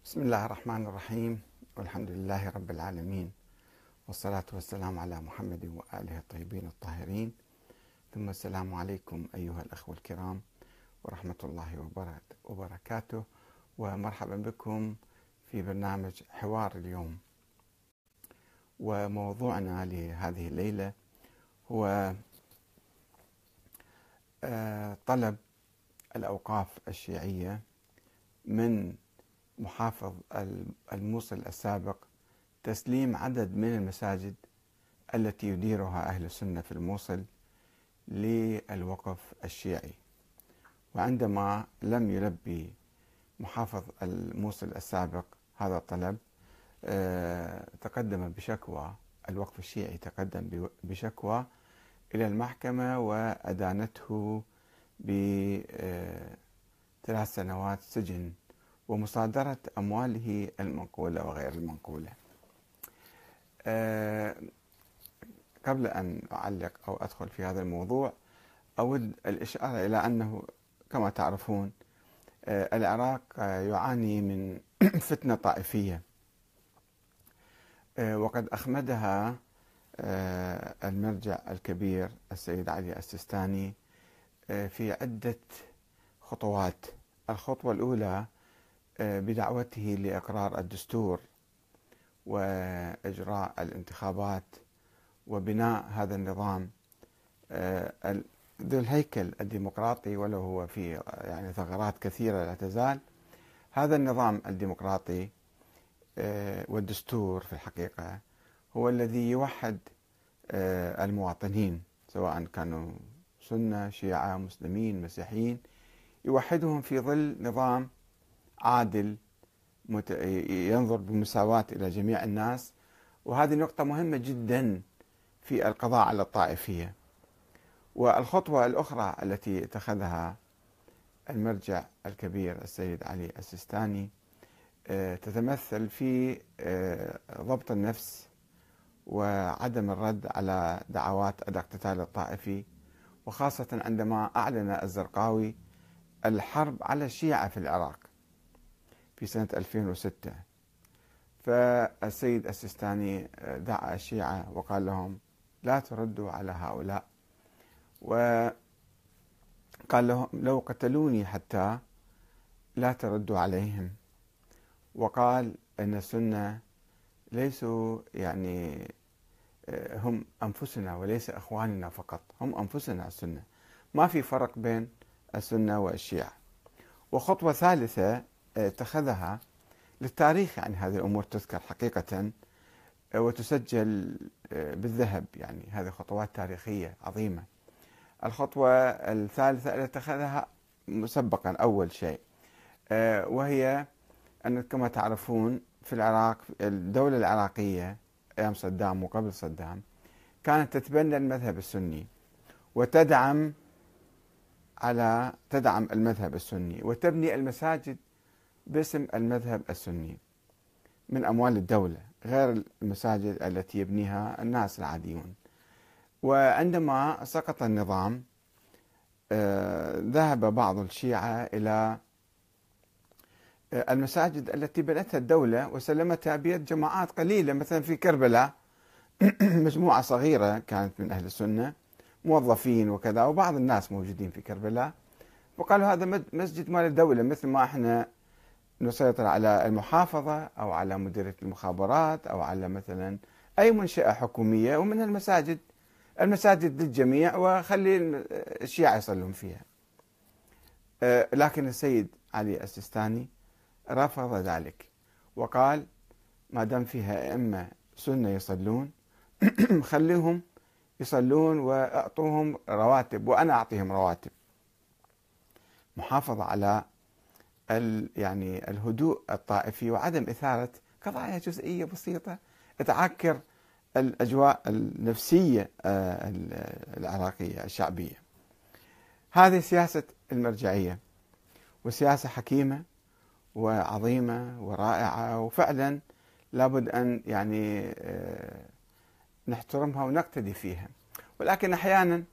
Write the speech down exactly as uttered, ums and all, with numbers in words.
بسم الله الرحمن الرحيم، والحمد لله رب العالمين، والصلاة والسلام على محمد وآله الطيبين الطاهرين، ثم السلام عليكم أيها الأخوة الكرام ورحمة الله وبركاته، ومرحبا بكم في برنامج حوار اليوم. وموضوعنا لهذه الليلة هو طلب الأوقاف الشيعية من محافظ الموصل السابق تسليم عدد من المساجد التي يديرها أهل السنة في الموصل للوقف الشيعي. وعندما لم يلبي محافظ الموصل السابق هذا الطلب، تقدم بشكوى، الوقف الشيعي تقدم بشكوى إلى المحكمة وأدانته بثلاث سنوات سجن ومصادرة أمواله المنقولة وغير المنقولة. أه قبل أن أعلق أو أدخل في هذا الموضوع، أود الإشارة إلى أنه كما تعرفون أه العراق يعاني من فتنة طائفية، أه وقد أخمدها أه المرجع الكبير السيد علي السيستاني أه في عدة خطوات. الخطوة الأولى بدعوته لإقرار الدستور وإجراء الانتخابات وبناء هذا النظام ذو الهيكل الديمقراطي، ولو هو في يعني ثغرات كثيرة لا تزال. هذا النظام الديمقراطي والدستور في الحقيقة هو الذي يوحد المواطنين، سواء كانوا سنة، شيعة، مسلمين، مسيحيين، يوحدهم في ظل نظام عادل ينظر بمساواة إلى جميع الناس. وهذه نقطة مهمة جدا في القضاء على الطائفية. والخطوة الأخرى التي اتخذها المرجع الكبير السيد علي السيستاني تتمثل في ضبط النفس وعدم الرد على دعوات الاقتتال الطائفي، وخاصة عندما أعلن الزرقاوي الحرب على الشيعة في العراق في سنة ألفين وستة. فالسيد السيستاني دعا الشيعة وقال لهم لا تردوا على هؤلاء، وقال لهم لو قتلوني حتى لا تردوا عليهم. وقال أن السنة ليسوا يعني هم أنفسنا وليس أخواننا فقط، هم أنفسنا السنة، ما في فرق بين السنة والشيعة. وخطوة ثالثة اتخذها للتاريخ، يعني هذه الأمور تذكر حقيقة وتسجل بالذهب، يعني هذه خطوات تاريخية عظيمة. الخطوة الثالثة التي اتخذها مسبقا أول شيء، وهي أن كما تعرفون في العراق الدولة العراقية أيام صدام وقبل صدام كانت تتبنى المذهب السني وتدعم على تدعم المذهب السني وتبني المساجد باسم المذهب السني من أموال الدولة، غير المساجد التي يبنيها الناس العاديون. وعندما سقط النظام ذهب بعض الشيعة إلى المساجد التي بنتها الدولة وسلمتها بيد جماعات قليلة، مثلا في كربلاء مجموعة صغيرة كانت من أهل السنة، موظفين وكذا، وبعض الناس موجودين في كربلاء، وقالوا هذا مسجد مال الدولة، مثل ما احنا نسيطر على المحافظة أو على مديرية المخابرات أو على مثلا أي منشأة حكومية، ومن المساجد المساجد للجميع وخلي الشيعة يصلون فيها. لكن السيد علي السيستاني رفض ذلك وقال ما دام فيها أئمة سنة يصلون خليهم يصلون وأعطوهم رواتب وأنا أعطيهم رواتب، محافظة على يعني الهدوء الطائفي وعدم إثارة قضايا جزئية بسيطة تعكر الأجواء النفسية العراقية الشعبية. هذه سياسة المرجعية، وسياسة حكيمة وعظيمة ورائعة، وفعلا لابد أن يعني نحترمها ونقتدي فيها. ولكن أحيانا